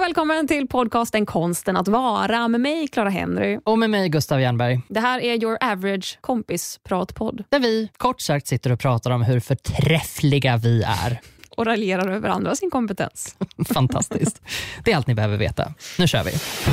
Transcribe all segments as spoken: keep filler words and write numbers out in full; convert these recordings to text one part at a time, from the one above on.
välkommen till podcasten Konsten att vara med mig, Clara Henry. Och med mig, Gustav Jernberg. Det här är Your Average Kompis-pratpodd. Där vi kort sagt sitter och pratar om hur förträffliga vi är. Och raljerar över andra sin kompetens. Fantastiskt. Det är allt ni behöver veta. Nu kör vi.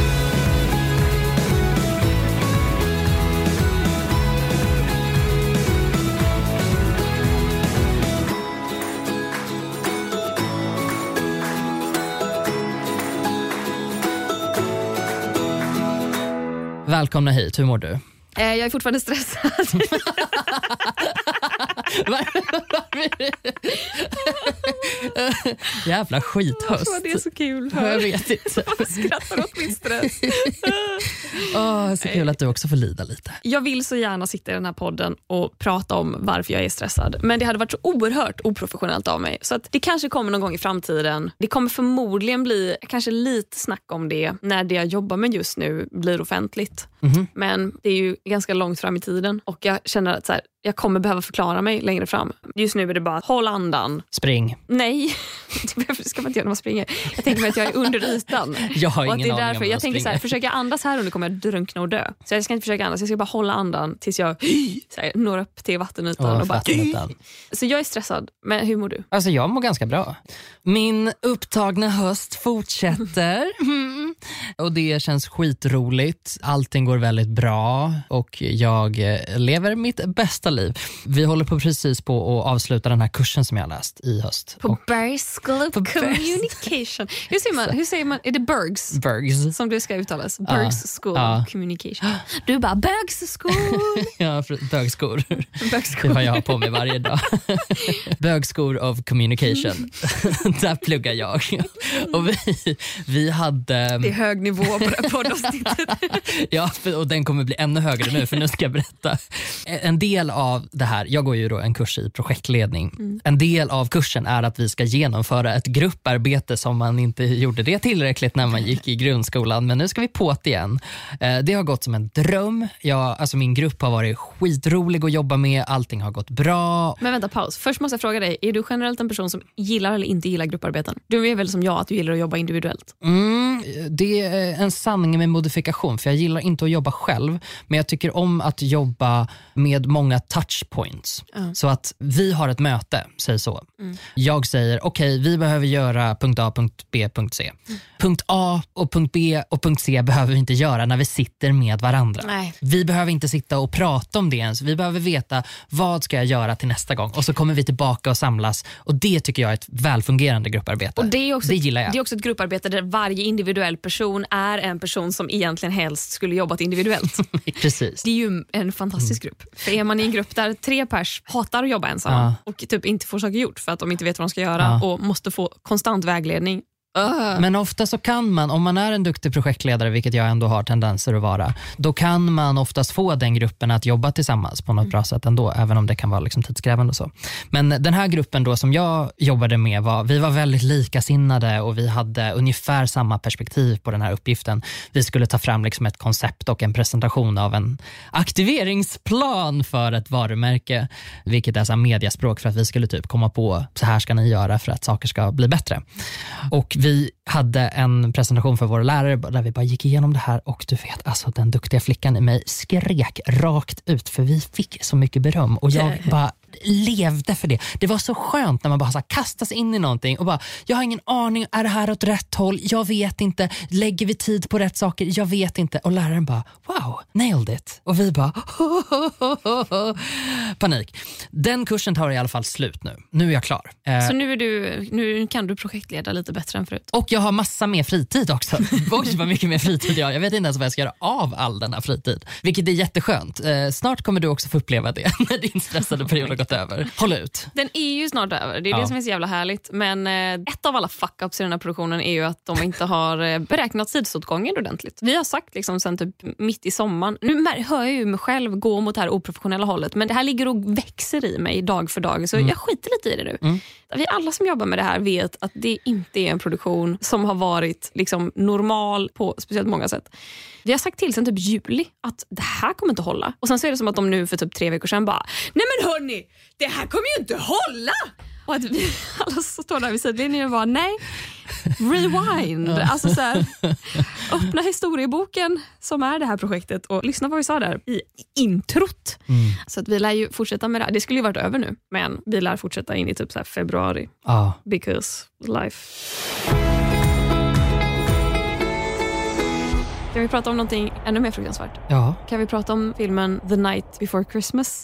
Välkomna hit, hur mår du? Eh, jag är fortfarande stressad. Jävla skithöst. Oh, det är så kul. Jag vet inte. Jag skrattar åt min stress. Oh, så kul att du också får lida lite. Jag vill så gärna sitta i den här podden och prata om varför jag är stressad. Men det hade varit så oerhört oprofessionellt av mig. Så att det kanske kommer någon gång i framtiden. Det kommer förmodligen bli kanske lite snack om det när det jag jobbar med just nu blir offentligt. Mm-hmm. Men det är ju ganska långt fram i tiden. Och jag känner att så här, jag kommer behöva förklara mig längre fram. Just nu är det bara håll andan. Spring. Nej, det ska man inte göra när man springer. Jag tänker mig att jag är under ytan. Jag har ingen och det är aning därför om jag tänker så här, försöker jag andas här under kommer jag drunkna och dö. Så jag ska inte försöka andas, jag ska bara hålla andan tills jag så här, når upp till vattenytan. Oh, och bara, vattenytan. Så jag är stressad, men hur mår du? Alltså jag mår ganska bra. Min upptagna höst fortsätter. Mm. Och det känns skitroligt. Allting går väldigt bra och jag lever mitt bästa liv. Vi håller på precis på att avsluta den här kursen som jag har läst i höst. På Bergs School of Communication. Hur säger man? Hur säger man? Är det Bergs? Bergs. Som det ska uttalas. Bergs School uh, of Communication. Du bara, Bergs School. Ja, bögskor. Bögskor. Det är vad jag har på mig varje dag. Bögskor of Communication. Där pluggar jag. Och vi, vi hade... Det är hög nivå på det här poddavsnittet. Ja, och den kommer bli ännu högre nu, för nu ska jag berätta. En del av det här, jag går ju då en kurs i projektledning. Mm. En del av kursen är att vi ska genomföra ett grupparbete som man inte gjorde det tillräckligt när man gick i grundskolan. Men nu ska vi på det igen. Det har gått som en dröm. Jag, alltså min grupp har varit skitrolig att jobba med. Allting har gått bra. Men vänta, paus. Först måste jag fråga dig. Är du generellt en person som gillar eller inte gillar grupparbeten? Du är väl som jag att du gillar att jobba individuellt? Mm, det är en sanning med modifikation. För jag gillar inte att jobba själv. Men jag tycker om att jobba med många touchpoints. Mm. Så att vi har ett möte, säg så. Mm. Jag säger, okej, okay, vi behöver göra punkt A, punkt B, punkt C. Mm. Punkt A och punkt B och punkt C behöver vi inte göra när vi sitter med varandra. Nej. Vi behöver inte sitta och prata om det ens. Vi behöver veta, vad ska jag göra till nästa gång? Och så kommer vi tillbaka och samlas. Och det tycker jag är ett välfungerande grupparbete. Och det är också, det gillar jag. Det är också ett grupparbete där varje individuell person är en person som egentligen helst skulle jobbat individuellt. Precis. Det är ju en fantastisk grupp. För är man i en grupp där tre pers hatar att jobba ensam ja. och typ inte får saker gjort för att de inte vet vad de ska göra ja. och måste få konstant vägledning. Uh. Men ofta så kan man, om man är en duktig projektledare, vilket jag ändå har tendenser att vara, då kan man oftast få den gruppen att jobba tillsammans på något mm. bra sätt ändå, även om det kan vara liksom tidskrävande och så. Men den här gruppen då som jag jobbade med, var, vi var väldigt likasinnade och vi hade ungefär samma perspektiv på den här uppgiften. Vi skulle ta fram liksom ett koncept och en presentation av en aktiveringsplan för ett varumärke, vilket är så här mediaspråk för att vi skulle typ komma på, så här ska ni göra för att saker ska bli bättre. Och vi hade en presentation för våra lärare där vi bara gick igenom det här och du vet, alltså den duktiga flickan i mig skrek rakt ut för vi fick så mycket beröm och jag bara levde för det. Det var så skönt när man bara så här kastas in i någonting och bara, jag har ingen aning, är det här åt rätt håll? Jag vet inte. Lägger vi tid på rätt saker? Jag vet inte. Och läraren bara, wow, nailed it. Och vi bara, ho, ho, ho, ho. Panik. Den kursen tar i alla fall slut nu. Nu är jag klar. Så nu, är du, nu kan du projektleda lite bättre än förut. Och jag har massa mer fritid också. Oj, vad mycket mer fritid jag har. Jag vet inte ens vad jag ska göra av all den här fritid. Vilket är jätteskönt. Snart kommer du också få uppleva det när din stressade period har gått över. Håll ut. Den är ju snart över. Det är ja. det som är så jävla härligt. Men ett av alla fuck-ups i den här produktionen är ju att de inte har beräknat tidsåtgången ordentligt. Vi har sagt liksom sen typ mitt i sommaren. Nu hör jag ju mig själv gå mot det här oprofessionella hållet. Men det här ligger och växer i mig dag för dag. Så mm. jag skiter lite i det nu. Mm. Vi alla som jobbar med det här vet att det inte är en produktion som har varit liksom normal på speciellt många sätt. Vi har sagt till sen typ juli att det här kommer inte hålla. Och sen så är det som att de nu för typ tre veckor sedan bara, nej men hörni, det här kommer ju inte hålla! Och att vi alla står där vid sidlinjen och bara, nej, rewind. Alltså så här, öppna historieboken som är det här projektet och lyssna på vad vi sa där i introt. Mm. Så att vi lär ju fortsätta med det här. Det skulle ju varit över nu, men vi lär fortsätta in i typ så här februari. Ah. Because life. Kan vi prata om någonting ännu mer fruktansvärt? Ja. Kan vi prata om filmen The Night Before Christmas?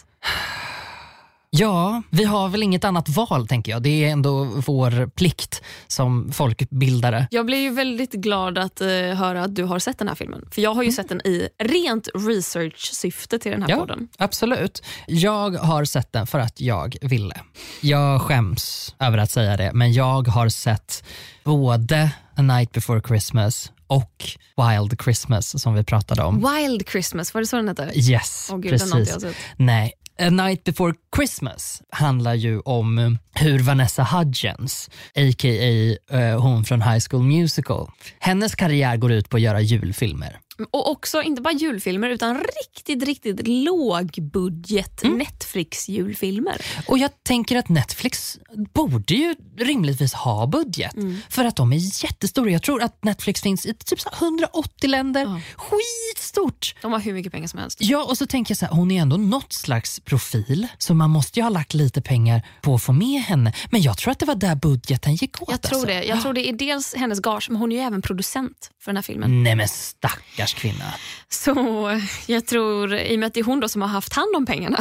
Ja, vi har väl inget annat val, tänker jag. Det är ändå vår plikt som folkbildare. Jag blir ju väldigt glad att uh, höra att du har sett den här filmen. För jag har ju mm. sett den i rent research-syfte till den här ja, podden. Absolut. Jag har sett den för att jag ville. Jag skäms över att säga det, men jag har sett både A Night Before Christmas och Wild Christmas som vi pratade om. Wild Christmas, var det så den heter? Yes, oh, Gud, precis. Den har inte jag sett. Nej. A Night Before Christmas handlar ju om hur Vanessa Hudgens, a k a uh, hon från High School Musical, hennes karriär går ut på att göra julfilmer. Och också inte bara julfilmer utan riktigt, riktigt lågbudget mm. Netflix-julfilmer. Och jag tänker att Netflix borde ju rimligtvis ha budget. Mm. För att de är jättestora. Jag tror att Netflix finns i typ hundraåttio länder. Ja. Skitstort! De har hur mycket pengar som helst. Ja, och så tänker jag så här, hon är ändå något slags profil. Så man måste ju ha lagt lite pengar på att få med henne. Men jag tror att det var där budgeten gick åt. Jag tror alltså. det. Jag tror det är dels hennes gage, men hon är ju även producent för den här filmen. Nej men stackars kvinna. Så jag tror, i och med att det är hon då som har haft hand om pengarna.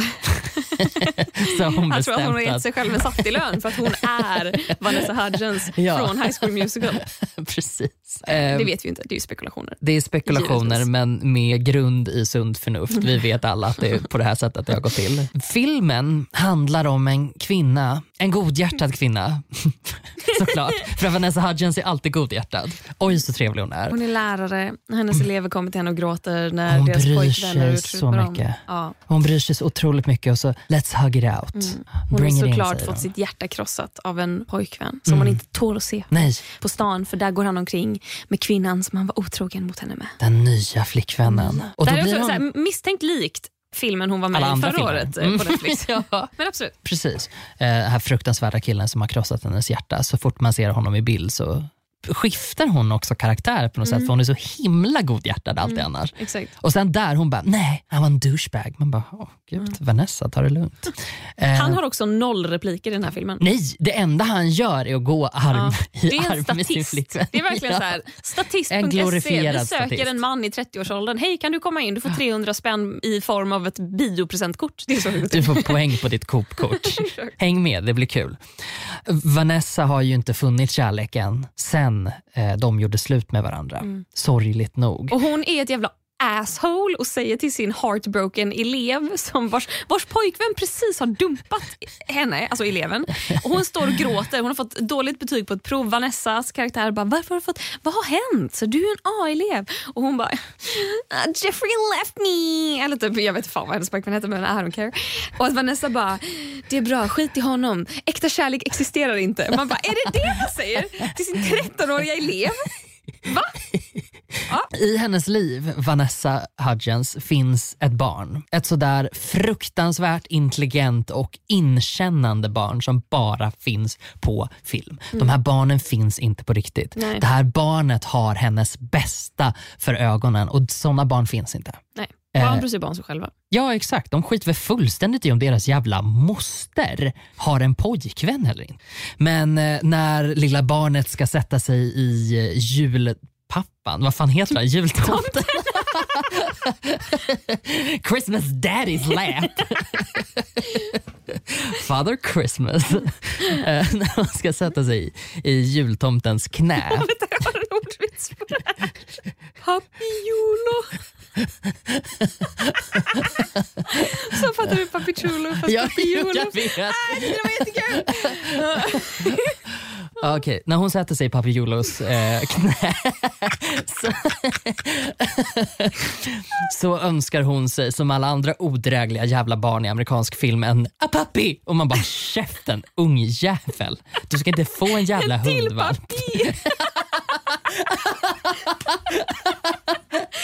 Så hon jag tror att hon har gett sig själv en satt i lön för att hon är Vanessa Hudgens ja. från High School Musical. Precis. Det vet vi inte, det är ju spekulationer. Det är spekulationer men med grund i sund förnuft. Vi vet alla att det är på det här sättet det har gått till. Filmen handlar om en kvinna, en godhjärtad kvinna. Såklart, för Vanessa Hudgens är alltid godhjärtad. Oj, så trevlig hon är. Hon är lärare, hennes elever kommer till henne och gråter när hon deras bryr sig så mycket. Ja. Hon bryr sig så otroligt mycket och så let's hug it out. Mm. Hon har såklart fått sitt hjärta krossat av en pojkvän som mm. hon inte tål att se Nej. på stan, för där går han omkring med kvinnan som han var otrogen mot henne med. Den nya flickvännen. Mm. Och det då är blir också hon... så här, misstänkt likt filmen hon var med i förra året mm. på Netflix. Ja. Men absolut. Precis. Eh, här fruktansvärda killen som har krossat hennes hjärta. Så fort man ser honom i bild så skiftar hon också karaktär på något mm. sätt, för hon är så himla godhjärtad alltid mm. annars. Exakt. Och sen där hon bara, nej, han var en douchebag. Man bara, åh gud, mm. Vanessa, ta det lugnt. Han har också noll repliker i den här filmen. Nej, det enda han gör är att gå arm ja. i det är en arm med sin flickvän. Det är verkligen ja. så här, statist en punkt se, glorifierad vi söker statist. En man i trettioårsåldern. Hej, kan du komma in? Du får trehundra spänn i form av ett biopresentkort. Det är så du får poäng på ditt Coop-kort. Häng med, det blir kul. Vanessa har ju inte funnit kärleken sen eh, de gjorde slut med varandra. Mm. Sorgligt nog. Och hon är ett jävla asshole och säger till sin heartbroken elev som vars, vars pojkvän precis har dumpat henne, alltså eleven, och hon står och gråter. Hon har fått dåligt betyg på ett prov. Vanessas karaktär bara, varför har du fått, vad har hänt? Så du är en A-elev. Och hon bara, Jeffrey left me. Eller typ, jag vet inte fan vad hennes pojkvän heter, men I don't care. Och att Vanessa bara, det är bra, skit i honom. Äkta kärlek existerar inte. Man bara, är det det man säger till sin trettonåriga elev? Va? Ja. I hennes liv, Vanessa Hudgens, finns ett barn. Ett sådär fruktansvärt intelligent och inkännande barn som bara finns på film. Mm. De här barnen finns inte på riktigt. Nej. Det här barnet har hennes bästa för ögonen och sådana barn finns inte. Nej. Barn bryr sig barn sig själva. Ja, exakt. De skiter väl fullständigt i om deras jävla moster har en pojkvän eller inte. Men eh, när lilla barnet ska sätta sig i eh, julpappan, vad fan heter det? Jultomten. Christmas daddy's lap. Father Christmas. eh, när man ska sätta sig i, i jultomtens knä. Jag vet inte, jag har en ordvits på det här. Papiolo. Så fattar du Papichulo fast ja, Papiolo. Jag vet. Nej, det var jättekul. Okej, okay, när hon sätter sig i Papiolos eh, knä så, så önskar hon sig, som alla andra odrägliga jävla barn i amerikansk film, en a papi. Och man bara, käften, ung jävel. Du ska inte få en jävla en hundvalp. Nej,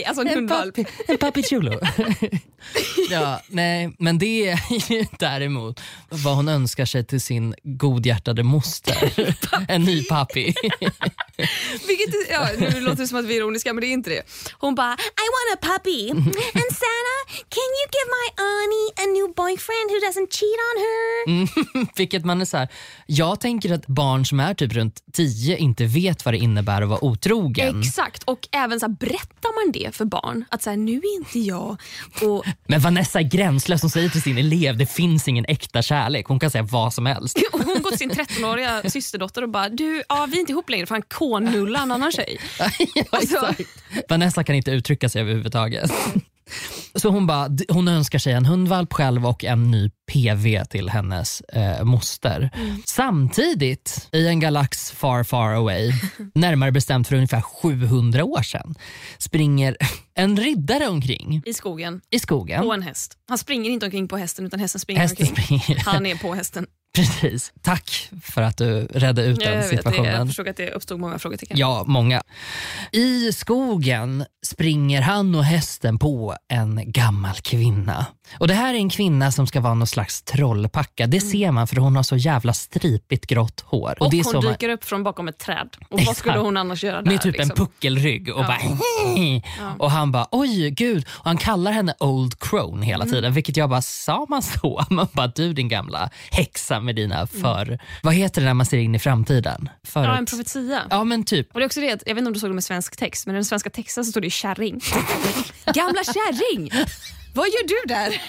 Nej, alltså en hundvalp. En, papi, en papichulo. Ja, nej, men det är ju däremot vad hon önskar sig till sin godhjärtade moster. En ny papi. Vilket, ja, nu låter det som att vi är ironiska, men det är inte det. Hon bara, I want a puppy. And Santa, can you give my auntie a new boyfriend who doesn't cheat on her? Mm, vilket man är så här, jag tänker att barn som är typ runt tio inte vet vad det innebär att vara otrogen. Exakt, och även så här, berättar man det för barn att så här, nu är inte jag och... Men Vanessa är gränslös, hon säger till sin elev, det finns ingen äkta kärlek, hon kan säga vad som helst. Och hon går till sin trettonåriga systerdotter och bara, du, ja, vi är inte ihop längre för han konullar en annan tjej. Ja, alltså. Vanessa kan inte uttrycka sig överhuvudtaget. Så hon bara, hon önskar sig en hundvalp själv och en ny P V till hennes eh, moster. Mm. Samtidigt, i en galax far far away, närmare bestämt för ungefär sjuhundra år sedan, springer en riddare omkring. I skogen. I skogen. På en häst. Han springer inte omkring på hästen, utan hästen springer hästen omkring. Springer. Han är på hästen. Precis. Tack för att du räddade ut den jag situationen. Vet, jag förstod att det uppstod många frågetecken. Ja, många. I skogen springer han och hästen på en gammal kvinna. Och det här är en kvinna som ska vara någon slags trollpacka. Det mm. ser man för hon har så jävla stripigt grått hår. Och, och det är hon så dyker man... upp från bakom ett träd. Och vad skulle hon annars göra där? Med typ liksom? en puckelrygg och ja. bara... ja. Och han bara, oj gud. Och han kallar henne Old Crone hela tiden. Mm. Vilket jag bara, sa man så? Man bara, du din gamla häxa med dina för... Mm. Vad heter det när man ser in i framtiden? För ja, ett... en profetia. Ja, men typ. Och det är också det, jag vet inte om du såg det med svensk text, men i den svenska texten så står det ju kärring. Gamla kärring! Vad gör du där?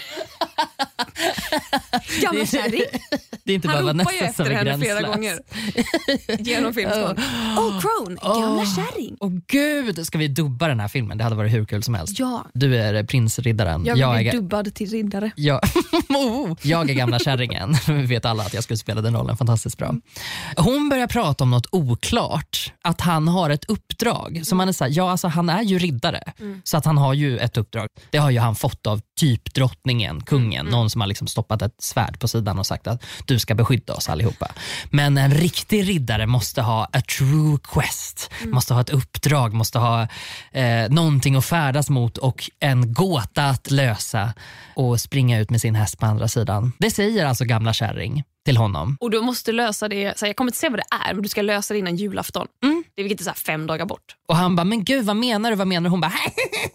Gamla kärring. Det är inte han bara ropar ju Vanessa efter som är henne gränslös. flera gånger. Genom filmskål. Oh, Crone, gamla oh, kärring. Åh oh, gud, ska vi dubba den här filmen? Det hade varit hur kul som helst. Ja. Du är prinsriddaren. Jag vill jag bli är... dubbad till riddare. Ja. Jag är gamla kärringen. Vi vet alla att jag skulle spela den rollen fantastiskt bra. Hon börjar prata om något oklart. Att han har ett uppdrag. Så man är så här, ja alltså han är ju riddare. Mm. Så att han har ju ett uppdrag. Det har ju han fått av typ drottningen, kungen. Mm. Någon som har liksom stoppat ett svärd på sidan och sagt att du ska beskydda oss allihopa. Men en riktig riddare måste ha a true quest. Mm. Måste ha ett uppdrag, måste ha eh, någonting att färdas mot och en gåta att lösa och springa ut med sin häst på andra sidan. Det säger alltså gamla kärring till honom. Och du måste lösa det, så jag kommer inte se vad det är, men du ska lösa det innan julafton. Mm. Det är vilket är så här fem dagar bort. Och han bara, men gud vad menar du, vad menar du? Hon bara,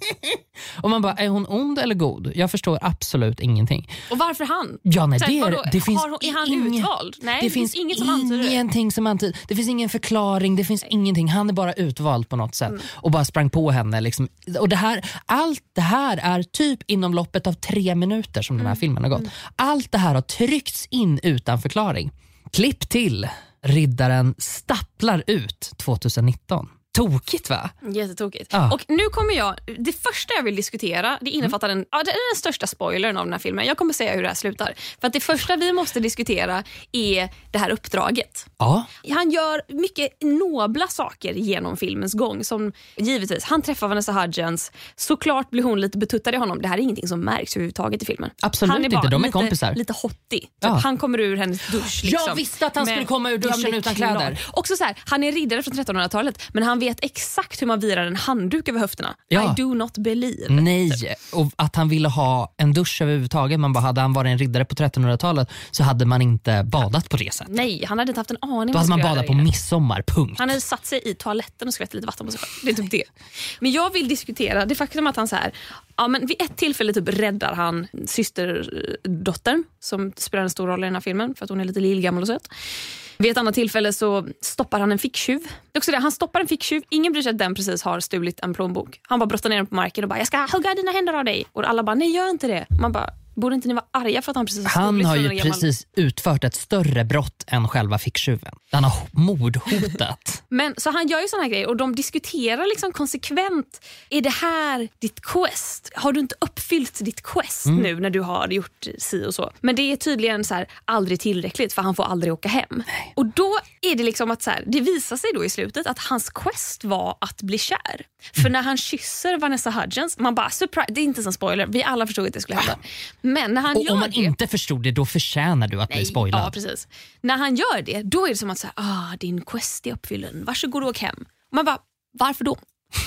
och man bara, är hon ond eller god? Jag förstår absolut ingenting. Och varför han? Ja, nej, Sen, det, är, då, det finns har hon, är han ingen, utvald? Nej, det, det finns, finns inget som antyder ingenting som antyder. Det finns ingen förklaring, det finns ingenting. Han är bara utvald på något sätt mm. och bara sprang på henne. Liksom. Och det här, allt det här är typ inom loppet av tre minuter som mm. den här filmen har gått. Mm. Allt det här har tryckts in utan förklaring. Klipp till. Riddaren stapplar ut tjugonitton. Tokigt va? Jättetokigt. Ah. Och nu kommer jag, det första jag vill diskutera, det innefattar mm. den, ja, det är den största spoilern av den här filmen. Jag kommer säga hur det här slutar. För att det första vi måste diskutera är det här uppdraget. Ah. Han gör mycket nobla saker genom filmens gång. Som givetvis, han träffar Vanessa Hudgens. Såklart blir hon lite betuttad i honom. Det här är ingenting som märks överhuvudtaget i filmen. Absolut han är inte, de är lite, kompisar. Lite hottig. Typ. Ah. Han kommer ur hennes dusch. Liksom, jag visste att han skulle komma ur duschen utan kläder. Också så här, han är riddare från trettonhundratalet, men han vet exakt hur man virar en handduk över höfterna. Ja. I do not believe. Nej, och att han ville ha en dusch överhuvudtaget. Man bara, hade han varit en riddare på trettonhundratalet så hade man inte badat på det sättet. Nej, han hade inte haft en aning. Då hade man badat på midsommar, punkt. Han hade satt sig i toaletten och skvätt lite vatten på sig själv. Det är typ det. Men jag vill diskutera det faktum att han så här, ja, men vid ett tillfälle typ räddar han systerdottern som spelar en stor roll i den här filmen för att hon är lite lillgammal och söt. Vid ett annat tillfälle så stoppar han en ficktjuv. Det är också det, han stoppar en ficktjuv. Ingen bryr sig att den precis har stulit en plånbok. Han bara brottar ner den på marken och bara, jag ska hugga dina händer av dig. Och alla bara, nej gör inte det. Man bara, borde inte ni vara arga för att han precis har Han har ju gammal... precis utfört ett större brott än själva ficktjuven. Han har mordhotat. Men så han gör ju såna här grejer och de diskuterar liksom konsekvent, är det här ditt quest? Har du inte uppfyllt ditt quest mm. nu när du har gjort si och så? Men det är tydligen så här, aldrig tillräckligt för han får aldrig åka hem. Nej. Och då är det liksom att så här, det visar sig då i slutet att hans quest var att bli kär. För mm. när han kysser Vanessa Hudgens, man bara, surprise, det är inte en spoiler, vi alla förstod att det skulle hända. Men när han och gör om man det, inte förstod det, då förtjänar du att nej, bli spoilad. Ja, precis. När han gör det, då är det som att säga, ah, din quest är uppfyllen. Varsågod och åk hem. Och man bara, varför då?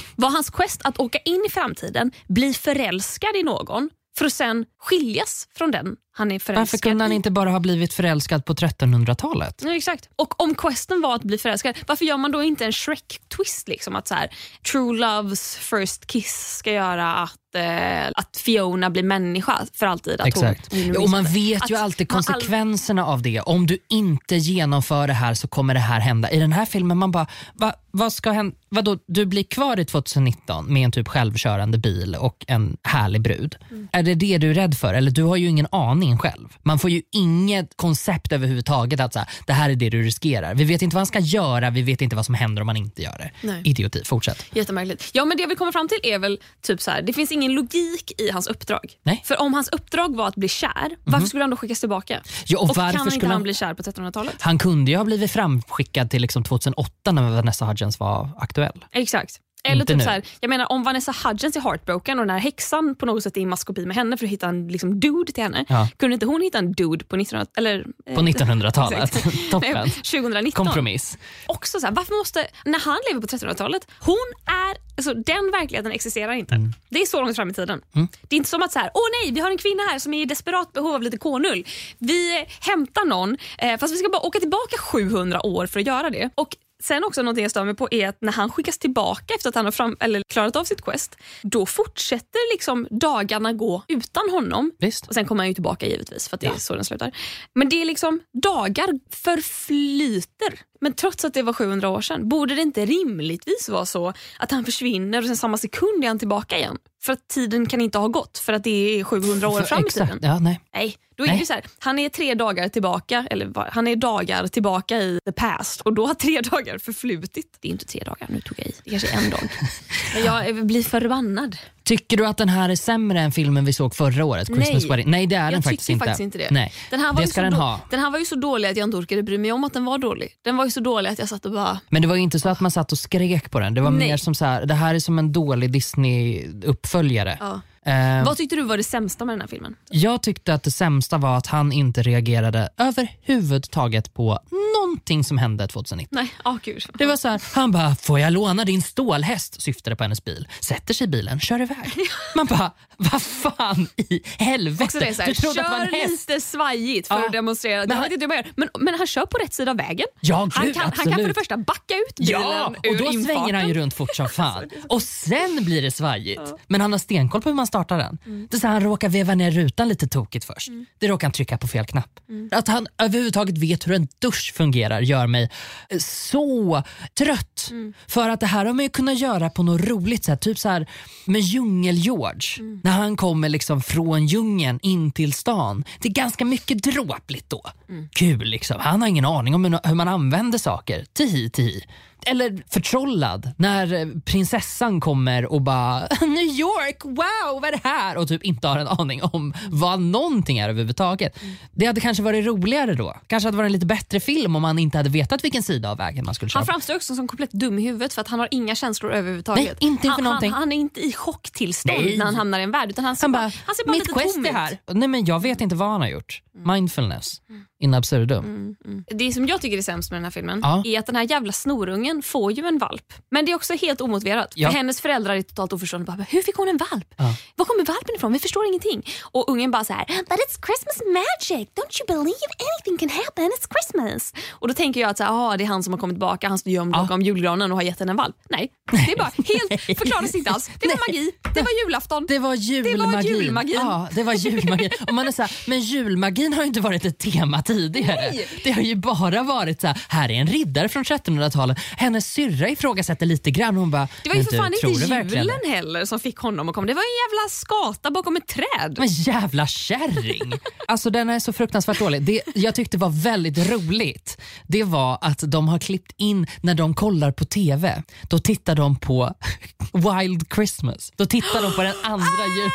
Var hans quest att åka in i framtiden, bli förälskad i någon för att sen skiljas från den han är förälskad Varför kunde han i? inte bara ha blivit förälskad på trettonhundratalet? Ja, exakt. Och om questen var att bli förälskad, varför gör man då inte en Shrek-twist? Liksom, att så här, true loves first kiss ska göra att, eh, att Fiona blir människa för alltid. Att exakt. Hon, ja, och man vet att, ju alltid konsekvenserna all... av det. Om du inte genomför det här så kommer det här hända. I den här filmen man bara, va, vad ska hända? Vadå, du blir kvar i tjugonitton med en typ självkörande bil och en härlig brud. Mm. Är det det du är rädd för? Eller du har ju ingen aning själv. Man får ju inget koncept överhuvudtaget att så här, det här är det du riskerar. Vi vet inte vad han ska göra, vi vet inte vad som händer om man inte gör det. Nej. Idioti, fortsätt. Jättemärkligt. Ja, men det jag vill komma fram till är väl typ så här, det finns ingen logik i hans uppdrag. Nej. För om hans uppdrag var att bli kär, varför mm-hmm. skulle han då skickas tillbaka? Ja, och, och varför kan inte skulle han han bli kär på trettonhundratalet? Han kunde ju ha blivit framskickad till liksom tjugohundraåtta när Vanessa Hudgens var aktuell. Exakt. Eller inte typ nu. så här, jag menar om Vanessa Hudgens är heartbroken och den här häxan på något sätt är i maskopi med henne för att hitta en liksom, dude till henne. Ja. Kunde inte hon hitta en dude på nittonhundratalet? Eller, på nittonhundratalet. Toppen. Nej, tjugonitton. Kompromiss. Också så här, varför måste, när han lever på trettonhundratalet, hon är, alltså den verkligheten existerar inte. Mm. Det är så långt fram i tiden. Mm. Det är inte som att så här, åh nej, vi har en kvinna här som är i desperat behov av lite konull. Vi hämtar någon, eh, fast vi ska bara åka tillbaka sjuhundra år för att göra det. Och sen också någonting jag stör mig på är att när han skickas tillbaka efter att han har fram, eller klarat av sitt quest, då fortsätter liksom dagarna gå utan honom. Visst. Och sen kommer han ju tillbaka givetvis för att det ja. är så den slutar. Men det är liksom, dagar förflyter. Men trots att det var sjuhundra år sedan, borde det inte rimligtvis vara så att han försvinner och sen samma sekund är han tillbaka igen? För att tiden kan inte ha gått för att det är sjuhundra år fram i tiden. Ja, nej. Nej, då är nej. det så här, han är tre dagar tillbaka, eller han är dagar tillbaka i the past och då har tre dagar förflutit. Det är inte tre dagar, nu tog jag i. Det kanske är en dag. Men jag blir förbannad. Tycker du att den här är sämre än filmen vi såg förra året? Christmas Nej, Wedding? Nej, det är jag den faktiskt inte. faktiskt inte det. Nej, den här var det ju ska så den då- ha. Den här var ju så dålig att jag inte orkade bry mig om att den var dålig. Den var ju så dålig att jag satt och bara... Men det var ju inte så att man satt och skrek på den. Det var Nej. mer som så här, det här är som en dålig Disney-uppföljare. Ja. Uh, Vad tyckte du var det sämsta med den här filmen? Jag tyckte att det sämsta var att han inte reagerade överhuvudtaget på någonting som hände tjugonitton. Nej, åh oh, gud. Det var så här, han bara, får jag låna din stålhäst? Syftade på hennes bil. Sätter sig i bilen, kör iväg. Man bara, vad fan i helvete? Också det så här, du trodde kör att det var en häst. lite svajigt för ja. att demonstrera. Men han, men, men, men han kör på rätt sida av vägen. Ja, gud, han, kan, han kan för det första backa ut bilen ja, ur och då infarten. svänger han ju runt fort som fan. Och sen blir det svajigt. Ja. Men han har stenkoll på hur man startar den. Mm. Det är så här, han råkar veva ner rutan lite tokigt först. Mm. Det råkar han trycka på fel knapp. Mm. Att han överhuvudtaget vet hur en dusch fungerar gör mig så trött. Mm. För att det här har man ju kunnat göra på något roligt sätt. Typ så här med Djungel-George. Mm. När han kommer liksom från djungeln in till stan. Det är ganska mycket dråpligt då. Mm. Kul liksom. Han har ingen aning om hur man använder saker. Tihi, tihi. Eller förtrollad när prinsessan kommer och bara New York, wow, vad är det här? Och typ inte har en aning om vad någonting är överhuvudtaget. Mm. Det hade kanske varit roligare då. Kanske hade varit en lite bättre film om man inte hade vetat vilken sida av vägen man skulle köra. Han framstår också som komplett dum i huvudet för att han har inga känslor överhuvudtaget. Nej, inte inför han, någonting. Han, han är inte i chocktillstånd Nej. när han hamnar i en värld utan han ser han bara, bara, han ser bara mitt lite quest tom är här. Nej, men jag vet inte vad han har gjort. Mindfulness. Mm. In absurdum. Mm, mm. Det som jag tycker är sämst med den här filmen ja. är att den här jävla snorungen får ju en valp. Men det är också helt omotiverat. Ja. För hennes föräldrar är totalt oförstående. Bara, hur fick hon en valp? Ja. Var kommer valpen ifrån? Vi förstår ingenting. Och ungen bara så här, but it's Christmas magic. Don't you believe anything can happen? It's Christmas. Och då tänker jag att så här, ah, det är han som har kommit tillbaka. Han står gömd bakom ja. julgranen och har gett henne en valp. Nej, det är bara helt förklaras inte alls. Det var magi. Det var julafton. Det var julmagi. Det var julmagin. Ja, det var julmagi. Och man är så här, men julmagin har ju inte varit ett tema tidigare. Nej. Det har ju bara varit så här, här är en riddare från trettonhundratalet. Hennes syrra ifrågasätter lite grann. Hon bara, det var ju för fan du, inte julen heller som fick honom att komma. Det var en jävla skata bakom ett träd. Men jävla kärring. Alltså den är så fruktansvärt dålig. Det jag tyckte var väldigt roligt, det var att de har klippt in när de kollar på tv. Då tittar de på Wild Christmas. Då tittar de på den andra jul.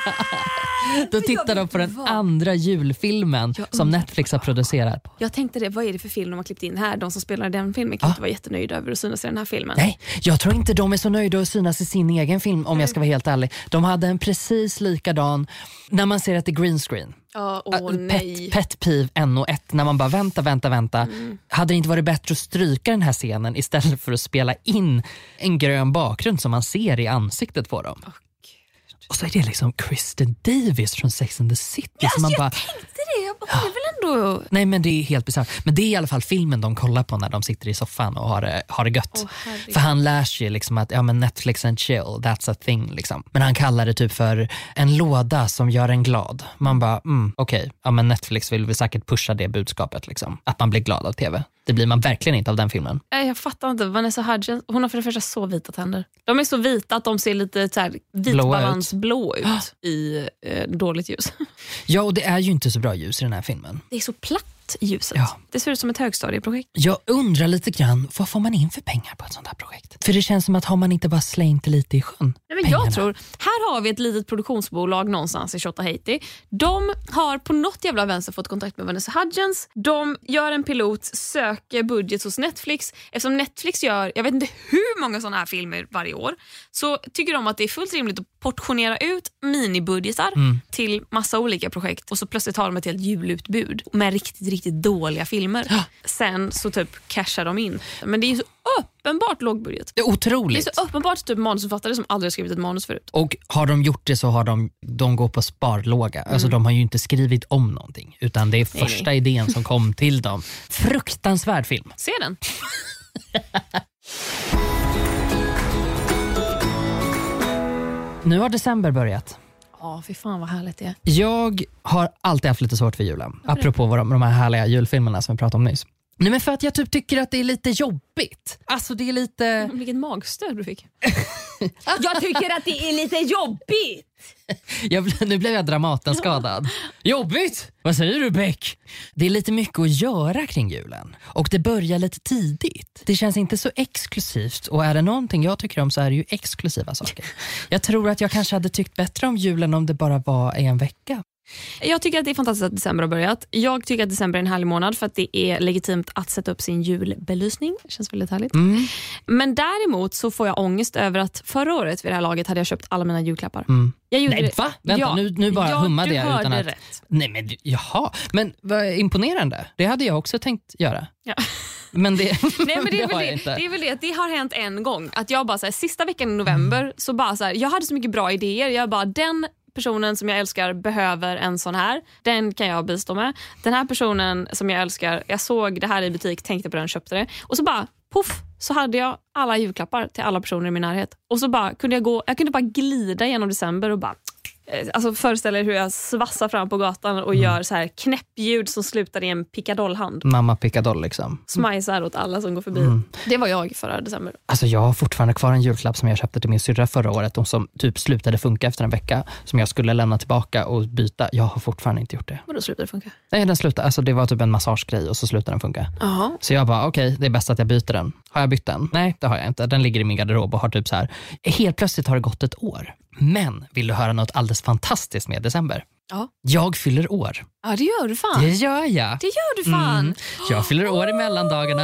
Då tittar de på den andra julfilmen som Netflix har producerat. Jag tänkte det, vad är det för film de har klippt in här? De som spelar i den filmen kan ah. inte vara jättenöjda över att synas i den här filmen. Nej, jag tror inte de är så nöjda att synas i sin egen film om jag ska vara helt ärlig. De hade en precis likadan när man ser att det är green screen. Oh, oh, pet, pet peeve N O ett, när man bara vänta, vänta, vänta. Mm. Hade det inte varit bättre att stryka den här scenen istället för att spela in en grön bakgrund som man ser i ansiktet på dem? Oh, och så är det liksom Kristen Davis från Sex and the City. Yes, som man jag bara, tänkte det. Jag bara, det är väl ändå... Nej, men det är helt bizarrt. Men det är i alla fall filmen de kollar på när de sitter i soffan och har det, har det gött. Oh, för han lär sig liksom att ja, men Netflix and chill, that's a thing. Liksom. Men han kallar det typ för en låda som gör en glad. Man bara, mm, okej. Okay. Ja, men Netflix vill väl säkert pusha det budskapet. Liksom. Att man blir glad av tv. Det blir man verkligen inte av den filmen. Jag fattar inte. Vanessa Hudgens, hon har för det första så vita tänder. De är så vita att de ser lite så här vitbalansblå ut, ut i eh, dåligt ljus. Ja, och det är ju inte så bra ljus i den här filmen. Det är så platt ljuset. Ja. Det ser ut som ett högstadieprojekt. Jag undrar lite grann, vad får man in för pengar på ett sånt här projekt? För det känns som att har man inte bara slängt lite i sjön. Nej, men jag tror, här har vi ett litet produktionsbolag någonstans i Tjotahejti. De har på något jävla vänster fått kontakt med Vanessa Hudgens. De gör en pilot, söker budget hos Netflix. Eftersom Netflix gör, jag vet inte hur många sådana här filmer varje år, så tycker de att det är fullt rimligt att portionera ut minibudgetar mm. till massa olika projekt. Och så plötsligt har de ett helt julutbud med riktigt, riktigt dåliga filmer. Ja. Sen så typ cashar de in. Men det är ju så uppenbart lågbudget. Det är otroligt. Det är så uppenbart typ manusförfattare som aldrig har skrivit ett manus förut. Och har de gjort det så har de, de går på sparlåga. Mm. Alltså de har ju inte skrivit om någonting. Utan det är första nej, nej. idén som kom till dem. Fruktansvärd film. Se den. Nu har december börjat. Ja, fy fan vad härligt det är. Jag har alltid haft lite svårt för julen. Varför apropå vad de, de här härliga julfilmerna som vi pratade om nyss. Nej, men för att jag typ tycker att det är lite jobbigt. Alltså det är lite... Vilket magstöd du fick. Jag tycker att det är lite jobbigt. Jag, nu blev jag Dramaten-skadad. Jobbigt? Vad säger du, Beck? Det är lite mycket att göra kring julen. Och det börjar lite tidigt. Det känns inte så exklusivt. Och är det någonting jag tycker om så är det ju exklusiva saker. Jag tror att jag kanske hade tyckt bättre om julen om det bara var en vecka. Jag tycker att det är fantastiskt att december har börjat. Jag tycker att december är en härlig månad för att det är legitimt att sätta upp sin julbelysning. Det känns väldigt härligt. Mm. Men däremot så får jag ångest över att förra året vid det här laget hade jag köpt alla mina julklappar. Mm. Jag gjorde Nej, det. Va? Vänta, ja. nu, nu bara ja, hummade jag utan att... rätt. Nej, men jaha. Men vad imponerande. Det hade jag också tänkt göra. Ja. Men det, Nej, men det, är det, väl har det, jag inte. det är väl det att det har hänt en gång. Att jag bara så här, sista veckan i november mm. så bara så här, jag hade så mycket bra idéer. Jag bara, den personen som jag älskar behöver en sån här. Den kan jag bistå med. Den här personen som jag älskar, jag såg det här i butik, tänkte på den, köpte det. Och så bara, puff, så hade jag alla julklappar till alla personer i min närhet. Och så bara kunde jag gå, jag kunde bara glida genom december och bara... Alltså föreställ er hur jag svassar fram på gatan och mm. gör så här knäppljud som slutar i en pickadollhand. Mamma pickadoll liksom. Smajsar åt alla som går förbi. Mm. Det var jag förra december. Alltså jag har fortfarande kvar en julklapp som jag köpte till min syrra förra året och som typ slutade funka efter en vecka. Som jag skulle lämna tillbaka och byta. Jag har fortfarande inte gjort det. Vadå slutade det funka? Nej, den slutade. Alltså det var typ en massagegrej och så slutade den funka. Uh-huh. Så jag bara, okej, okay, det är bäst att jag byter den. Har jag bytt den? Nej, det har jag inte. Den ligger i min garderob och har typ så här. Helt plötsligt har det gått ett år. Men vill du höra något alldeles fantastiskt med december? Ja. Jag fyller år. Ja, det gör du fan. Det gör jag. Det gör du fan. Mm. Jag fyller år i mellandagarna.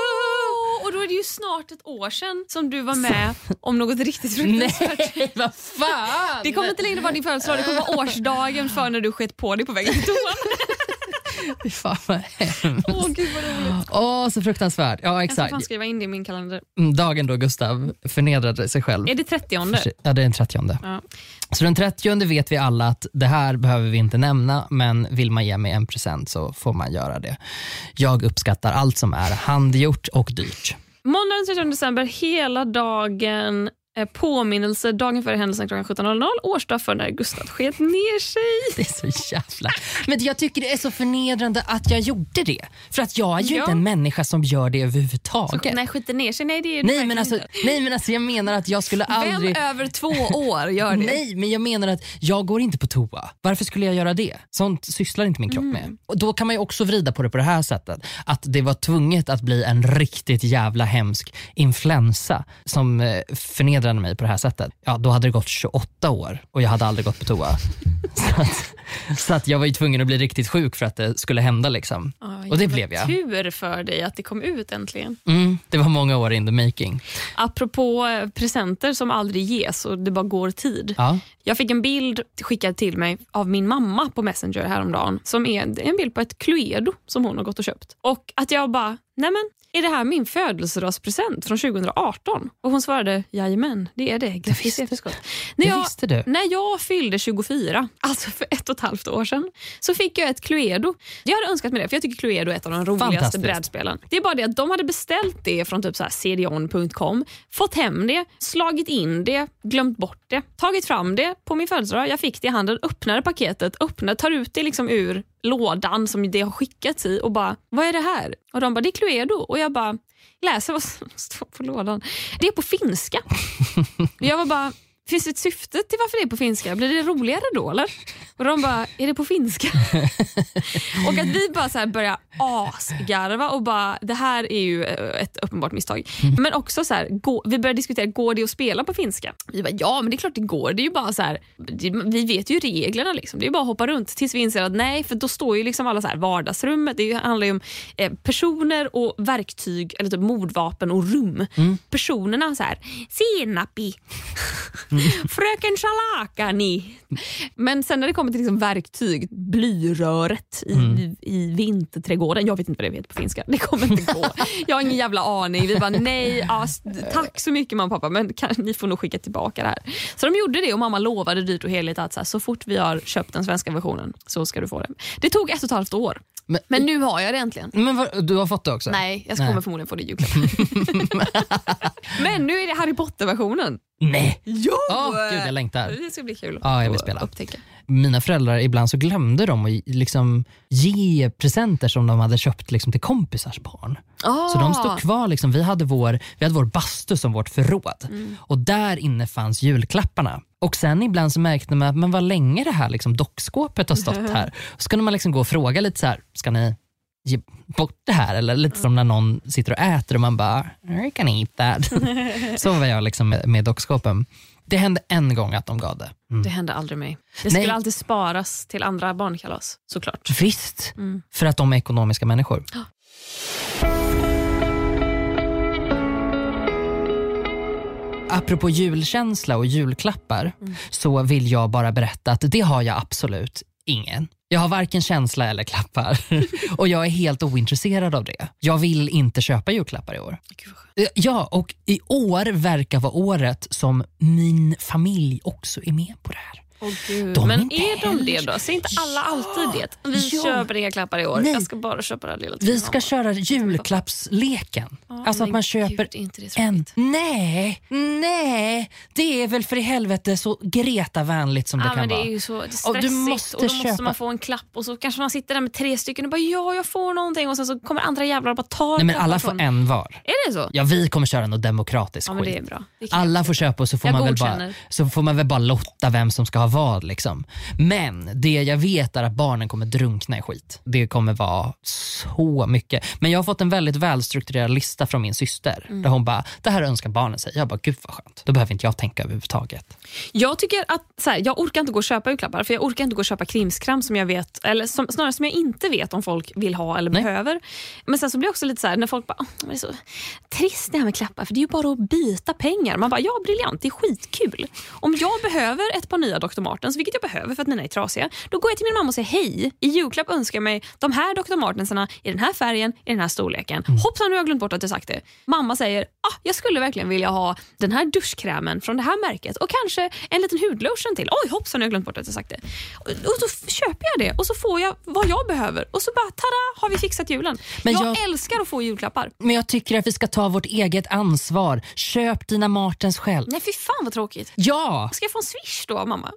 Och då är det ju snart ett år sedan som du var med om något riktigt fruktansvärt. Nej, vad fan! Det kommer inte längre vara din födelsedag, det kommer vara årsdagen för när du skett på dig på vägen till toan. Fy fan vad hemskt. Åh gud vad roligt. Åh, så fruktansvärt. Ja, exakt. Jag ska fan skriva in det i min kalender. Dagen då Gustav förnedrade sig själv. Är det trettionde? Ja, det är den trettionde. Ja. Så den trettionde vet vi alla att det här behöver vi inte nämna, men vill man ge mig en present så får man göra det. Jag uppskattar allt som är handgjort och dyrt. Måndag den trettionde december, hela dagen påminnelse, dagen före händelsen klockan sjutton noll noll, årsdag för när Gustav sket ner sig. Det är så jävla... Men jag tycker det är så förnedrande att jag gjorde det. För att jag är ju ja. inte en människa som gör det överhuvudtaget. Så, nej, skiter ner sig, nej det är nej men, alltså, nej men alltså jag menar att jag skulle aldrig... Vem över två år gör det? Nej, men jag menar att jag går inte på toa. Varför skulle jag göra det? Sånt sysslar inte min kropp mm. med. Och då kan man ju också vrida på det på det här sättet. Att det var tvunget att bli en riktigt jävla hemsk influensa som förnedrar förnedrande mig på det här sättet. Ja, då hade det gått tjugoåtta år och jag hade aldrig gått på toa. så, att, så att jag var ju tvungen att bli riktigt sjuk för att det skulle hända liksom. Oh, och det blev jag. Tur för dig att det kom ut äntligen. Mm, det var många år in the making. Apropå presenter som aldrig ges och det bara går tid. Ja. Jag fick en bild skickad till mig av min mamma på Messenger häromdagen som är en bild på ett Cluedo som hon har gått och köpt. Och att jag bara, nej men, är det här min födelsedagspresent från tjugo arton? Och hon svarade, jajamän, det är det. Grattis i förskott. När det jag, visste du. När jag fyllde tjugofyra, alltså för ett och ett halvt år sedan, så fick jag ett Cluedo. Jag hade önskat mig det, för jag tycker Cluedo är ett av de roligaste brädspelen. Det är bara det att de hade beställt det från typ så här c d on punkt com, fått hem det, slagit in det, glömt bort det, tagit fram det på min födelsedag. Jag fick det i handen, öppnade paketet, öppnade, tar ut det liksom ur lådan som det har skickats i och bara, vad är det här? Och de bara, det är Cluedo. Och jag bara, läser vad som står på lådan. Det är på finska. Jag var bara, finns det ett syfte till varför det är på finska? Blir det roligare då eller? Och de bara, är det på finska? Och att vi bara så här börjar asgarva och bara, det här är ju ett uppenbart misstag. Men också så här, gå, vi började diskutera, går det att spela på finska? Vi bara, ja men det är klart det går. Det är ju bara så här, vi vet ju reglerna liksom. Det är ju bara att hoppa runt tills vi inser att nej, för då står ju liksom alla så här vardagsrummet. Det handlar ju om eh, personer och verktyg, eller typ mordvapen och rum. Mm. Personerna så här, senapi. Fröken Shalakani. Men sen när det kommer till liksom verktyg, blyröret i, mm. i, i vinterträdgården, jag vet inte vad det heter på finska, det kommer inte gå. Jag har ingen jävla aning. Vi bara nej, ass, tack så mycket mamma och pappa, men kan, ni får nog skicka tillbaka det här. Så de gjorde det och mamma lovade dyrt och heligt att så, här, så fort vi har köpt den svenska versionen så ska du få det. Det tog ett och ett halvt år. Men, men nu har jag det äntligen. Men vad, du har fått det också? Nej, jag kommer förmodligen få det i julklapp. Men nu är det Harry Potter-versionen. Nej. Jo! Oh, gud, jag längtar. Det ska bli kul ja, jag vill spela. Upptäcka. Mina föräldrar, ibland så glömde de att liksom ge presenter som de hade köpt liksom till kompisars barn. Oh. Så de stod kvar, liksom, vi, hade vår, vi hade vår bastu som vårt förråd. Mm. Och där inne fanns julklapparna. Och sen ibland så märkte man att men vad länge det här liksom, dockskåpet har stått här. Så kunde man liksom gå och fråga lite så här, ska ni ge bort det här? Eller lite som när någon sitter och äter och man bara, I can eat that. Så var jag liksom med, med dockskåpen. Det hände en gång att de gav det. Mm. Det hände aldrig mig. Det skulle Nej. alltid sparas till andra barnkalas, såklart. Visst, mm. för att de är ekonomiska människor. Oh. Apropå julkänsla och julklappar mm. så vill jag bara berätta att det har jag absolut ingen. Jag har varken känsla eller klappar. Och jag är helt ointresserad av det. Jag vill inte köpa julklappar i år. Ja, och i år verkar vara året som min familj också är med på det här. Oh, Gud. Men är de det då? Så inte alla ja. alltid det. Vi ja. köper inga klappar i år. Nej. Jag ska bara köpa det här lilla. Vi ska köra julklappsleken. Oh, alltså att man köper Gud, inte det en. Nej, nej. Det är väl för i helvete så Greta-vänligt som ja, det kan men det vara. Det är ju så stressigt. Och, du måste och då köpa. måste man få en klapp. Och så kanske man sitter där med tre stycken och bara ja, jag får någonting. Och sen så kommer andra jävlar och bara tar. Nej, men alla får från. en var. Är det så? Ja, vi kommer köra något demokratiskt ja, men det är bra. Det alla får köpa och så får, man väl bara, så får man väl bara lotta vem som ska ha vad liksom. Men det jag vet är att barnen kommer drunkna i skit. Det kommer vara så mycket. Men jag har fått en väldigt välstrukturerad lista från min syster. Mm. Där hon bara, det här önskar barnen sig. Jag bara, gud vad skönt. Då behöver inte jag tänka överhuvudtaget. Jag tycker att, så här, jag orkar inte gå och köpa julklappar. För jag orkar inte gå och köpa krimskram som jag vet, eller som, snarare som jag inte vet om folk vill ha eller Nej. behöver. Men sen så blir det också lite så här, när folk bara, det är så trist det här med klappar. För det är ju bara att byta pengar. Man bara, ja briljant, det är skitkul. Om jag behöver ett par nya doktor Martens, vilket jag behöver för att mina är trasiga, då går jag till min mamma och säger hej, i julklapp önskar jag mig de här doktor Martensarna i den här färgen, i den här storleken. Mm. Hoppsan, nu har jag glömt bort att jag sagt det. Mamma säger, ah, jag skulle verkligen vilja ha den här duschkrämen från det här märket och kanske en liten hudlotion till. Oj, hoppsan, nu har jag glömt bort att jag sagt det. Och, och så köper jag det och så får jag vad jag behöver och så bara, tada, har vi fixat julen. Men jag, jag älskar att få julklappar. Men jag tycker att vi ska ta vårt eget ansvar. Köp dina Martens själv. Nej, fy fan vad tråkigt. Ja. Ska jag få en swish då, mamma?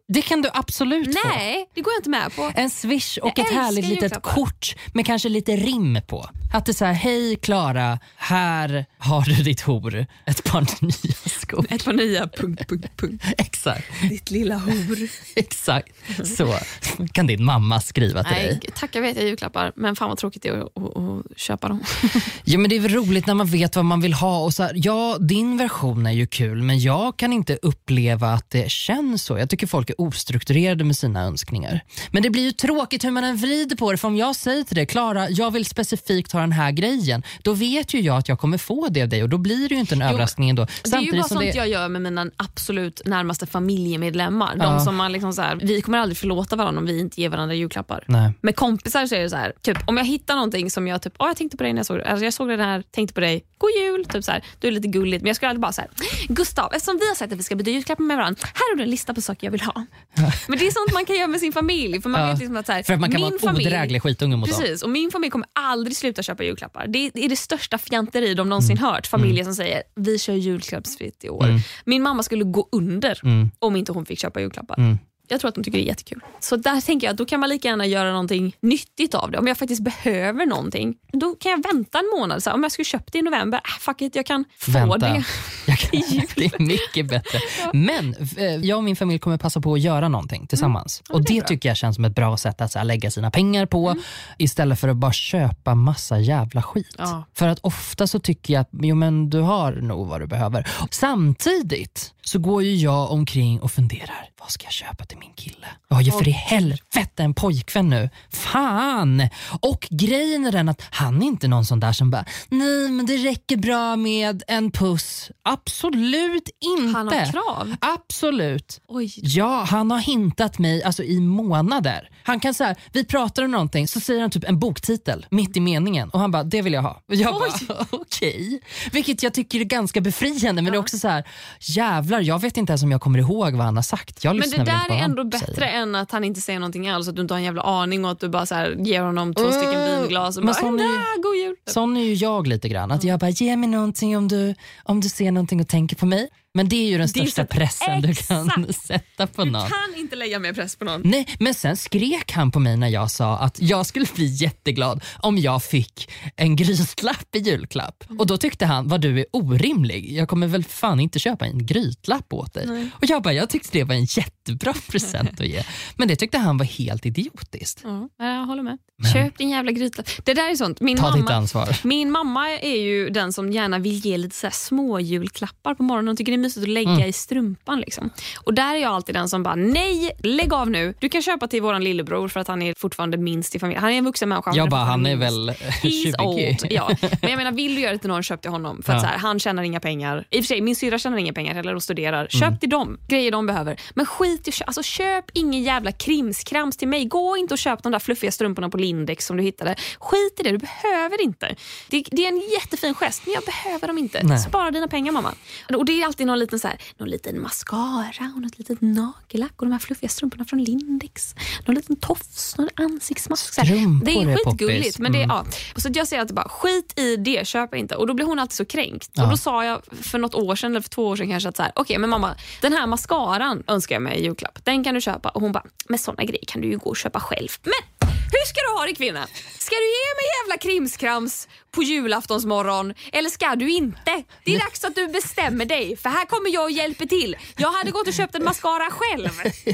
Det kan du absolut Nej, få. Nej, det går jag inte med på. En swish och jag ett härligt litet julklappar. kort med kanske lite rim på. Att det är så här, hej Klara, här har du ditt hor. Ett par nya skor. Ett par nya, punkt, punkt, punkt. Exakt. Ditt lilla hor. Exakt. Så kan din mamma skriva till Nej, dig. tackar vet jag julklappar, men fan vad tråkigt det är att, att, att köpa dem. Ja, men det är väl roligt när man vet vad man vill ha. Och så här, ja, din version är ju kul, men jag kan inte uppleva att det känns så. Jag tycker folk är ostrukturerade med sina önskningar. Men det blir ju tråkigt hur man än vrider på det. För om jag säger till dig, Klara, jag vill specifikt ha den här grejen, då vet ju jag att jag kommer få det av dig och då blir det ju inte en jo, överraskning ändå. Det är ju bara sånt det... jag gör med mina absolut närmaste familjemedlemmar. De ja. som man liksom så här, vi kommer aldrig förlåta varandra om vi inte ger varandra julklappar. Nej. Med kompisar så är det så här, typ om jag hittar någonting som jag typ, åh jag tänkte på dig när jag såg det. Alltså jag såg det här, tänkte på dig. God jul, typ så här. Du är lite gulligt, men jag skulle aldrig bara så här, Gustav, eftersom vi har sagt att vi ska byta julklappar med varandra, här har du en lista på saker jag vill ha. Ja. Men det är sånt man kan göra med sin familj, för man ja. vet liksom att så här, för att man kan vara en familj, odräglig skitunge mot dem. Precis, och min familj kommer aldrig sluta köpa julklappar. Det är det största fjanteri de någonsin mm. hört. Familjer mm. som säger, vi kör julklappsfritt i år. Mm. Min mamma skulle gå under mm. om inte hon fick köpa julklappar. Mm. Jag tror att de tycker det är jättekul. Så där tänker jag att då kan man lika gärna göra någonting nyttigt av det. Om jag faktiskt behöver någonting, då kan jag vänta en månad. Så här, om jag skulle köpt det i november, äh, fuck it, jag kan få vänta. det. Jag kan, det är mycket bättre. Ja. Men jag och min familj kommer passa på att göra någonting tillsammans. Mm. Ja, och det, det tycker jag känns som ett bra sätt att så här, lägga sina pengar på mm. istället för att bara köpa massa jävla skit. Ja. För att ofta så tycker jag att jo, men du har nog vad du behöver. Samtidigt så går ju jag omkring och funderar, vad ska jag köpa till min kille? Jag har ju för i helvete en pojkvän nu. Fan! Och grejen är den att han är inte någon sån där som bara, nej men det räcker bra med en puss. Absolut inte. Han har krav? Absolut. Oj. Ja, han har hintat mig alltså i månader. Han kan säga, vi pratar om någonting, så säger han typ en boktitel mitt i meningen. Och han bara, det vill jag ha. Och jag Oj. bara, okej. Okay. Vilket jag tycker är ganska befriande. Men ja. det är också så här, jävlar, jag vet inte ens om jag kommer ihåg vad han har sagt. Jag men det där är ändå bättre säger. än att han inte säger någonting alls. Att du inte har en jävla aning och att du bara så här, ger honom två uh, stycken vinglas och bara, sån är, god jul. Sån är ju jag lite grann. Att jag bara, ge mig någonting om du, om du ser någonting och tänker på mig. Men det är ju den största pressen exakt. du kan sätta på någon. Du kan inte lägga mer press på någon. Nej, men sen skrek han på mig när jag sa att jag skulle bli jätteglad om jag fick en grytlapp i julklapp. Mm. Och då tyckte han, vad du är orimlig. Jag kommer väl fan inte köpa en grytlapp åt dig. Nej. Och jag bara, jag tyckte det var en jättebra present att ge. Men det tyckte han var helt idiotiskt. Ja, jag håller med. Men. Köp din jävla grytlapp. Det där är sånt. Min Ta mamma, ditt ansvar. Min mamma är ju den som gärna vill ge lite så här små julklappar på morgonen. Hon tycker det är mysigt att lägga mm. i strumpan liksom. Och där är jag alltid den som bara, nej, lägg av nu. Du kan köpa till våran lillebror för att han är fortfarande minst i familjen. Han är en vuxen människa. Jag bara, han är väl tjugo. Ja. Men jag menar, vill du göra det till någon, köp till honom. För att ja. så här, han tjänar inga pengar. I och för sig, min syra tjänar inga pengar heller och studerar. Köp mm. till dem, grejer de behöver. Men skit i, alltså köp ingen jävla krimskrams till mig. Gå inte och köp de där fluffiga strumporna på Lindex som du hittade. Skit i det, du behöver inte. Det, det är en jättefin gest, men jag behöver dem inte. Nej. Spara dina pengar, mamma. Och det är alltid någon liten så här, någon liten mascara och något litet nagellack och de här fluffiga strumporna från Lindex. Någon liten tofs, någon ansiktsmask. Så här. Det är skitgulligt, men det är, mm. ja. Och så jag säger alltid bara, skit i det, köp inte. Och då blir hon alltid så kränkt. Ja. Och då sa jag för något år sedan, eller för två år sedan kanske, att så här, okej, okay, men mamma, den här mascaran önskar jag mig i julklapp. Den kan du köpa. Och hon bara, men såna grejer kan du ju gå och köpa själv. Men hur ska du ha det, kvinna? Ska du ge mig jävla krimskrams på julaftonsmorgon? Eller ska du inte? Det är dags att du bestämmer dig. För här kommer jag och hjälper till. Jag hade gått och köpt en mascara själv.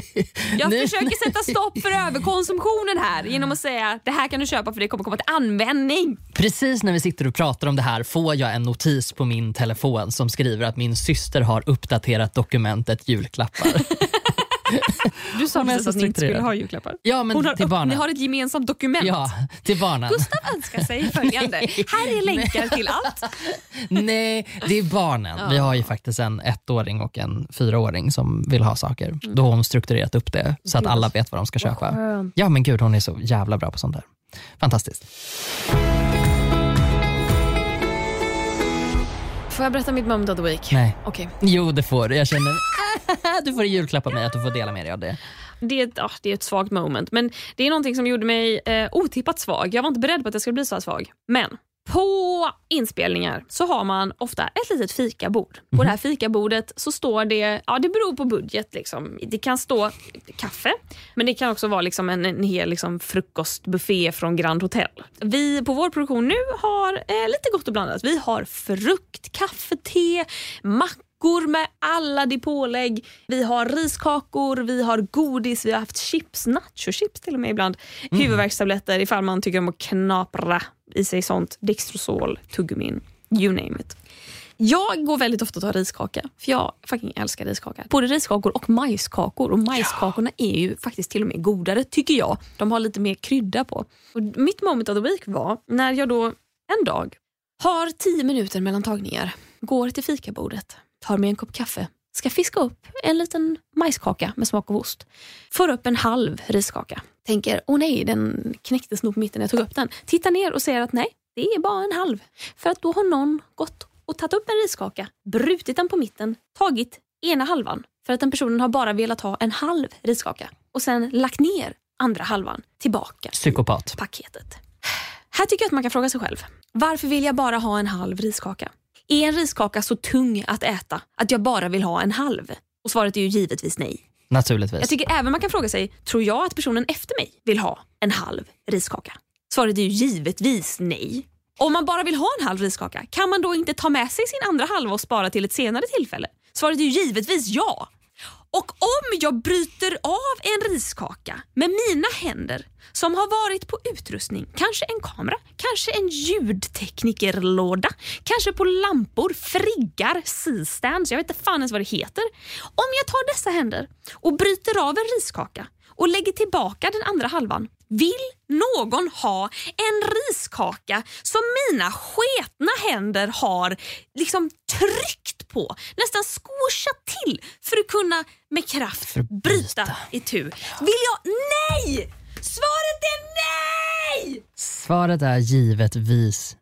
Jag nej, försöker nej. sätta stopp för överkonsumtionen här genom att säga, det här kan du köpa för det kommer komma till användning. Precis när vi sitter och pratar om det här får jag en notis på min telefon som skriver att min syster har uppdaterat dokumentet julklappar. Du sa precis att ni inte skulle ha julklappar. Ja, men har, till barnen. Ni har ett gemensamt dokument. Ja, till barnen. Gustav önskar sig följande. Här är länkar till allt. Nej, det är barnen. Ja. Vi har ju faktiskt en ettåring och en fyraåring som vill ha saker. Mm. Då har hon strukturerat upp det så att alla vet vad de ska köpa. Ja, men gud, hon är så jävla bra på sånt där. Fantastiskt. Får jag berätta mitt moment of the week? Nej. Okej. Okay. Jo, det får du. Jag känner, du får julklappa mig att du får dela med dig av det. Det är, ett, oh, det är ett svagt moment. Men det är någonting som gjorde mig eh, otippat svag. Jag var inte beredd på att jag skulle bli så här svag. Men På inspelningar så har man ofta ett litet fikabord. På mm. det här fikabordet så står det, ja det beror på budget liksom. Det kan stå kaffe, men det kan också vara liksom en, en hel liksom frukostbuffé från Grand Hotel. Vi på vår produktion nu har eh, lite gott och blandat. Vi har frukt, kaffe, te, mackor med alla de pålägg. Vi har riskakor, vi har godis, vi har haft chips, nacho-chips till och med ibland. Mm. Huvudvärkstabletter ifall man tycker om att knapra i sig sånt. Dextrosol, tuggummin, you name it. Jag går väldigt ofta att ta riskaka, för jag fucking älskar riskaka. Både riskakor och majskakor. Och majskakorna ja. är ju faktiskt till och med godare, tycker jag. De har lite mer krydda på. Och mitt moment of the week var när jag då en dag har tio minuter mellan tagningar. Går till fikabordet, tar med en kopp kaffe. Ska fiska upp en liten majskaka med smak av ost. Får upp en halv riskaka. Tänker, åh nej, den knäcktes nog på mitten när jag tog upp den. Tittar ner och säger att nej, det är bara en halv. För att då har någon gått och tagit upp en riskaka, brutit den på mitten, tagit ena halvan. För att den personen har bara velat ha en halv riskaka. Och sen lagt ner andra halvan tillbaka. Psykopat. I paketet. Här tycker jag att man kan fråga sig själv. Varför vill jag bara ha en halv riskaka? Är en riskaka så tung att äta att jag bara vill ha en halv? Och svaret är ju givetvis nej. Naturligtvis. Jag tycker även man kan fråga sig, tror jag att personen efter mig vill ha en halv riskaka? Svaret är ju givetvis nej. Om man bara vill ha en halv riskaka, kan man då inte ta med sig sin andra halva och spara till ett senare tillfälle? Svaret är ju givetvis ja. Och om jag bryter av en riskaka med mina händer som har varit på utrustning, kanske en kamera, kanske en ljudteknikerlåda, kanske på lampor, friggar, C-stands, jag vet inte fan ens vad det heter. Om jag tar dessa händer och bryter av en riskaka och lägger tillbaka den andra halvan, vill någon ha en riskaka som mina sketna händer har liksom tryckt på, nästan squishat till för att kunna med kraft bryta itu? Vill jag? Nej! Svaret är nej! Svaret är givetvis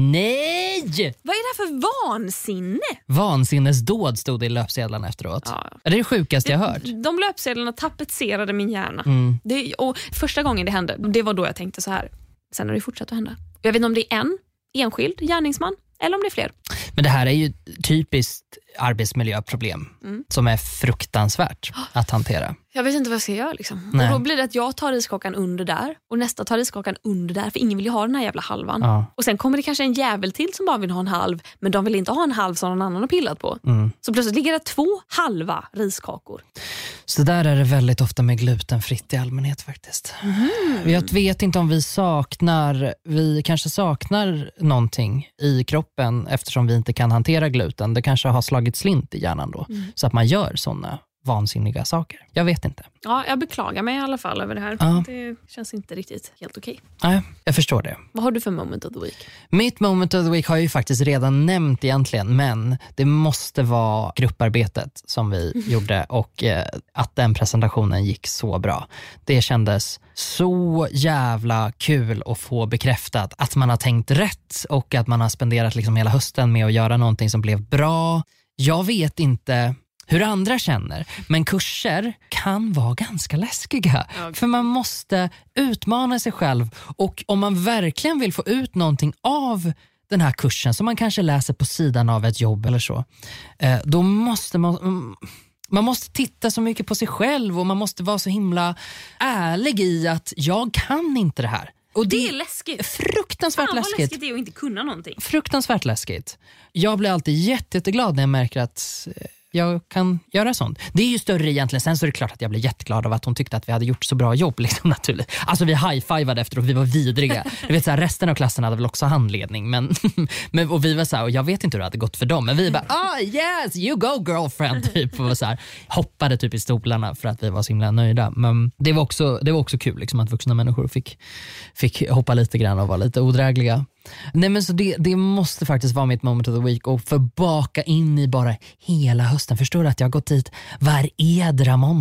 nej! Vad är det här för vansinne? Vansinnesdåd stod det i löpsedlarna efteråt. Ja. Det är det sjukaste jag hört. De löpsedlarna tapetserade min hjärna. Mm. Det, och första gången det hände, det var då jag tänkte så här. Sen har det fortsatt att hända. Jag vet inte om det är en enskild gärningsman eller om det är fler. Men det här är ju typiskt arbetsmiljöproblem mm. som är fruktansvärt att hantera. Jag vet inte vad jag ska göra liksom. Och då blir det att jag tar riskakan under där och nästa tar riskakan under där, för ingen vill ju ha den här jävla halvan. Ja. Och sen kommer det kanske en jävel till som bara vill ha en halv, men de vill inte ha en halv som någon annan har pillat på. Mm. Så plötsligt ligger det två halva riskakor. Så där är det väldigt ofta med glutenfritt i allmänhet faktiskt. Mm. Jag vet inte om vi saknar, vi kanske saknar någonting i kroppen eftersom vi inte kan hantera gluten. Det kanske har slagit slint i hjärnan då. Mm. Så att man gör sådana vansinniga saker. Jag vet inte. Ja, jag beklagar mig i alla fall över det här. Ja. Det känns inte riktigt helt okej. Nej, jag förstår det. Vad har du för moment of the week? Mitt moment of the week har jag ju faktiskt redan nämnt egentligen, men det måste vara grupparbetet som vi mm. gjorde och eh, att den presentationen gick så bra. Det kändes så jävla kul att få bekräftat att man har tänkt rätt och att man har spenderat liksom hela hösten med att göra någonting som blev bra. Jag vet inte hur andra känner, men kurser kan vara ganska läskiga. Okay. För man måste utmana sig själv, och om man verkligen vill få ut någonting av den här kursen som man kanske läser på sidan av ett jobb eller så, eh, då måste man... Man måste titta så mycket på sig själv och man måste vara så himla ärlig i att jag kan inte det här. Och det, det är läskigt. Fruktansvärt Fan, läskigt. Vad läskigt det är att inte kunna någonting. Fruktansvärt läskigt. Jag blir alltid jätte, jätteglad när jag märker att jag kan göra sånt. Det är ju större egentligen. Sen så är det klart att jag blev jätteglad av att hon tyckte att vi hade gjort så bra jobb liksom, naturligt. Alltså vi high-fivade efteråt, vi var vidriga. Du vet så här, resten av klassen hade väl också handledning, men, men och vi var så här, och jag vet inte hur det hade gått för dem, men vi bara ah yes, you go girlfriend typ, och så här, hoppade typ i stolarna för att vi var så himla nöjda. Men det var också det var också kul liksom, att vuxna människor fick fick hoppa lite grann och vara lite odrägliga. Nej, men så det, det måste faktiskt vara mitt moment of the week och förbaka in i bara hela hösten. Förstår du att jag har gått dit var edra måndag?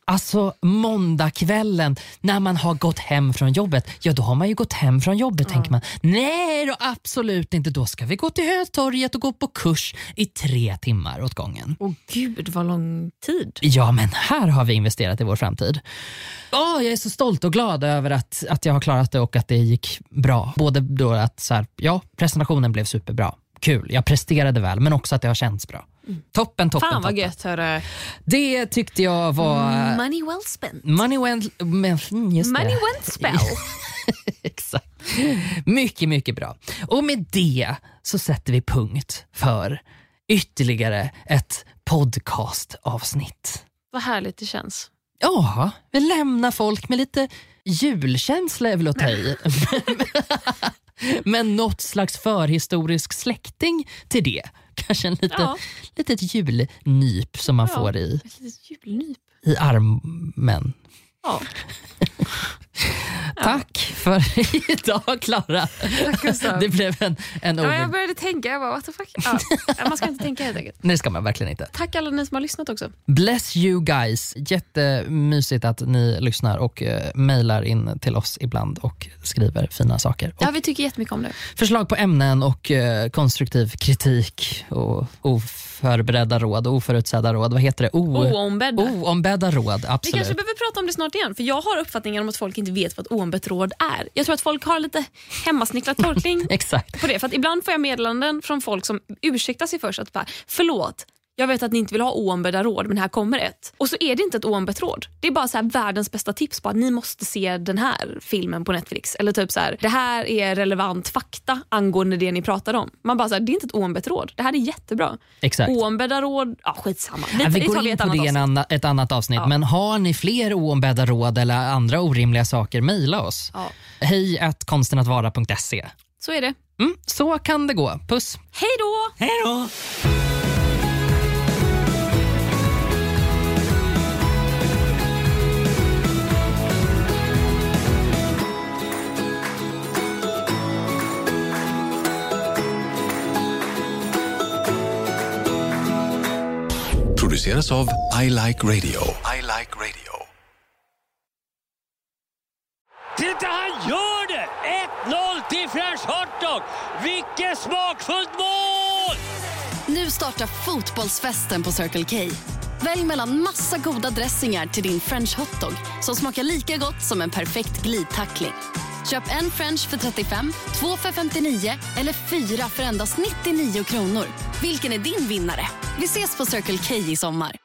Alltså måndagskvällen när man har gått hem från jobbet. Ja, då har man ju gått hem från jobbet, ja. Tänker man. Nej då, absolut inte. Då ska vi gå till Hötorget och gå på kurs i tre timmar åt gången. Åh gud, vad lång tid. Ja, men här har vi investerat i vår framtid. Åh, jag är så stolt och glad över att, att jag har klarat det och att det gick bra. Både då att så här, ja, presentationen blev superbra. Kul, jag presterade väl, men också att det har känts bra. Mm. Toppen, toppen, Fan vad toppen. gött, hörru. Det tyckte jag var... Mm, money well spent. Money well... Men, just money det. went spell. Exakt. Mycket, mycket bra. Och med det så sätter vi punkt för ytterligare ett podcastavsnitt. Vad härligt det känns. Ja, vi lämnar folk med lite julkänsla är väl att ta i. Men något slags förhistorisk släkting till det. Kanske en lite, ja. litet julnyp som man ja, får i, julnyp. i armen. Ja. Tack för idag, Klara. Tack, det blev en, en over... ja, jag började tänka, jag bara, what the fuck? Ja. Man ska inte tänka helt enkelt. Nej, det ska man verkligen inte. Tack alla ni som har lyssnat också. Bless you guys. Jättemysigt att ni lyssnar och uh, mejlar in till oss ibland och skriver fina saker. Och ja, vi tycker jättemycket om det. Förslag på ämnen och uh, konstruktiv kritik och oförberedda råd, oförutsedda råd. Vad heter det? O- Oombedda. Oombedda råd, absolut. Vi kanske behöver prata om det snart igen, för jag har uppfattningen om att folk inte vet vad ett oombett råd är. Jag tror att folk har lite hemmasnicklat tolkning Exakt. på det. För att ibland får jag meddelanden från folk som ursäktar sig först att bara, förlåt, jag vet att ni inte vill ha oombedda råd, men här kommer ett. Och så är det inte ett oombett råd. Det är bara så här världens bästa tips på att ni måste se den här filmen på Netflix. Eller typ så här, det här är relevant fakta angående det ni pratar om. Man bara så här, det är inte ett oombett råd. Det här är jättebra. Exakt. Oombedda råd, ja skitsamma. Det, ja, vi det går tar vi in ett på annat det avsnitt. Anna, ett annat avsnitt. Ja. Men har ni fler oombedda råd eller andra orimliga saker, mejla oss. Ja. Hej at konstenatvara punkt se. Så är det. Mm, så kan det gå. Puss. Hej då! Hej då! Produceras av I Like Radio. I Like Radio. Titta, han gör det! ett noll till French Hotdog! Vilket smakfullt mål! Nu startar fotbollsfesten på Circle K. Välj mellan massa goda dressingar till din French Hotdog som smakar lika gott som en perfekt glidtackling. Köp en French för trettiofem, två för femtionio eller fyra för endast nittionio kronor. Vilken är din vinnare? Vi ses på Circle K i sommar.